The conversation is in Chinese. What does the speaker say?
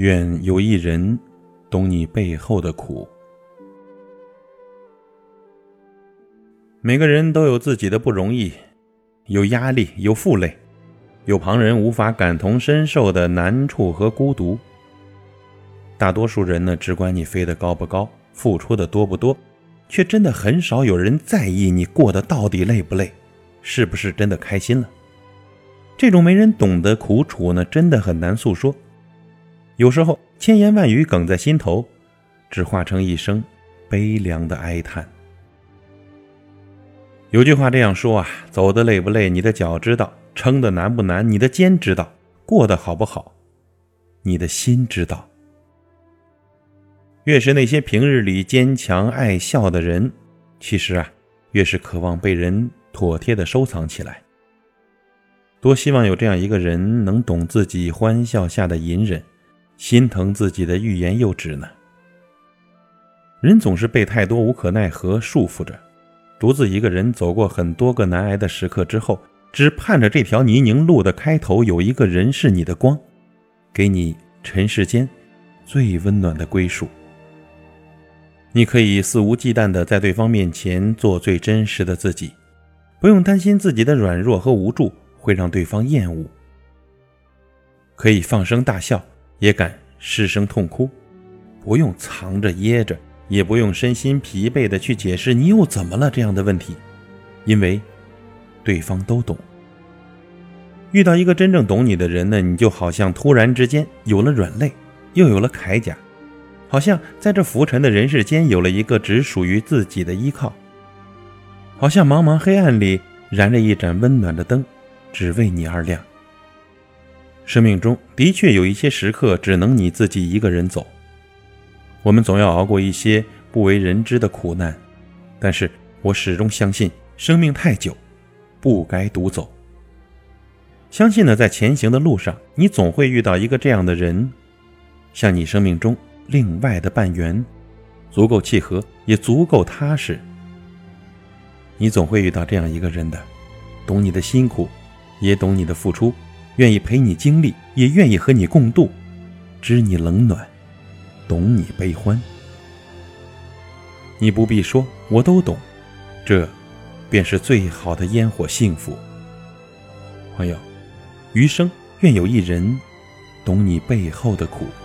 愿有一人懂你背后的苦。每个人都有自己的不容易，有压力，有负累，有旁人无法感同身受的难处和孤独。大多数人呢，只管你飞得高不高，付出的多不多，却真的很少有人在意你过得到底累不累，是不是真的开心了。这种没人懂的苦楚呢，真的很难诉说。有时候千言万语哽在心头，只化成一声悲凉的哀叹。有句话这样说啊，走得累不累，你的脚知道；撑得难不难，你的肩知道；过得好不好，你的心知道。越是那些平日里坚强爱笑的人，其实啊，越是渴望被人妥帖地收藏起来。多希望有这样一个人，能懂自己欢笑下的隐忍，心疼自己的欲言又止呢。人总是被太多无可奈何束缚着，独自一个人走过很多个难挨的时刻之后，只盼着这条泥泞路的开头有一个人是你的光，给你尘世间最温暖的归属。你可以肆无忌惮地在对方面前做最真实的自己，不用担心自己的软弱和无助会让对方厌恶。可以放声大笑，也敢失声痛哭，不用藏着掖着，也不用身心疲惫地去解释你又怎么了这样的问题，因为对方都懂。遇到一个真正懂你的人呢，你就好像突然之间有了软肋，又有了铠甲，好像在这浮沉的人世间有了一个只属于自己的依靠，好像茫茫黑暗里燃着一盏温暖的灯，只为你而亮。生命中的确有一些时刻只能你自己一个人走，我们总要熬过一些不为人知的苦难，但是我始终相信生命太久，不该独走。相信呢，在前行的路上，你总会遇到一个这样的人，像你生命中另外的半圆，足够契合，也足够踏实。你总会遇到这样一个人的，懂你的辛苦，也懂你的付出，愿意陪你经历，也愿意和你共度，知你冷暖，懂你悲欢。你不必说，我都懂，这便是最好的烟火幸福。朋友，余生愿有一人懂你背后的苦。